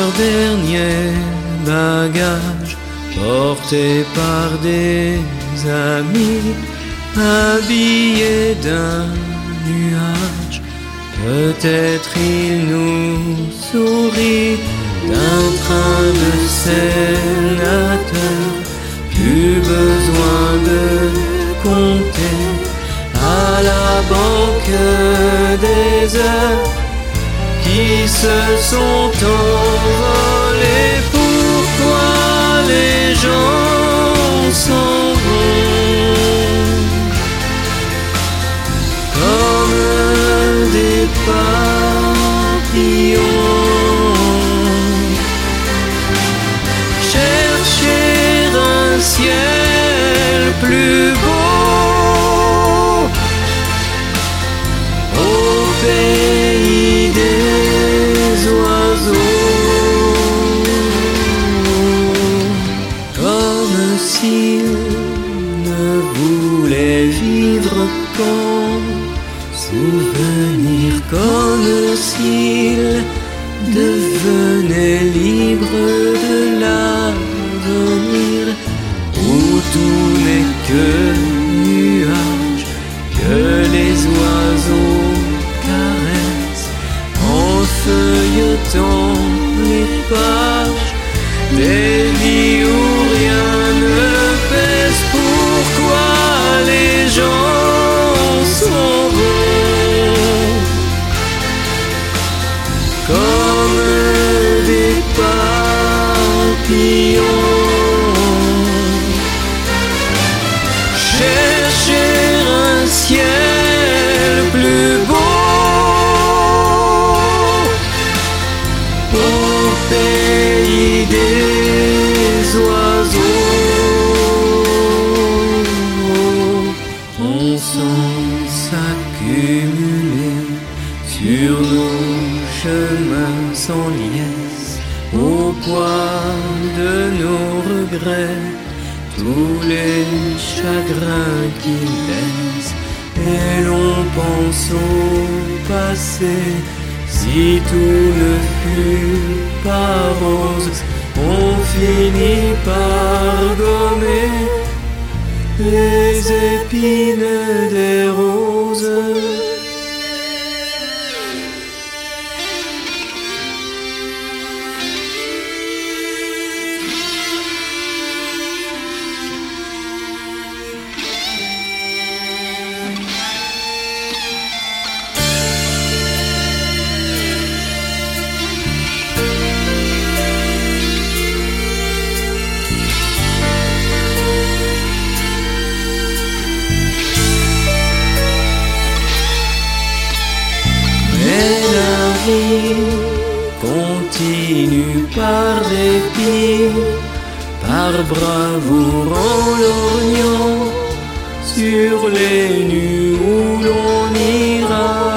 leur dernier bagage, porté par des amis, habillés d'un nuage. Peut-être il nous sourit d'un train de sénateurs. Plus besoin de compter à la banque des heures qui se sont envolées. Pourquoi les gens s'en vont comme des papillons? Chercher un ciel plus beau au pays des oiseaux, comme s'ils ne voulaient vivre qu'en souvenir, comme s'ils devenaient libres de l'avenir, où tout n'est que nuage, que les oiseaux caressent en feuilletant les pages des vies où rien ne pèse. Pourquoi les gens s'en vont comme des papillons? Chercher un ciel plus beau au pays des oiseaux. On sent s'accumuler sur nos chemins sans liesse, au poids de nos regrets, tous les chagrins qu'ils laissent. Et l'on pense au passé, si tout ne fut pas rose, on finit par gommer les épines des roses. Continue par dépit, par bravoure en lorgnant sur les nues où l'on ira.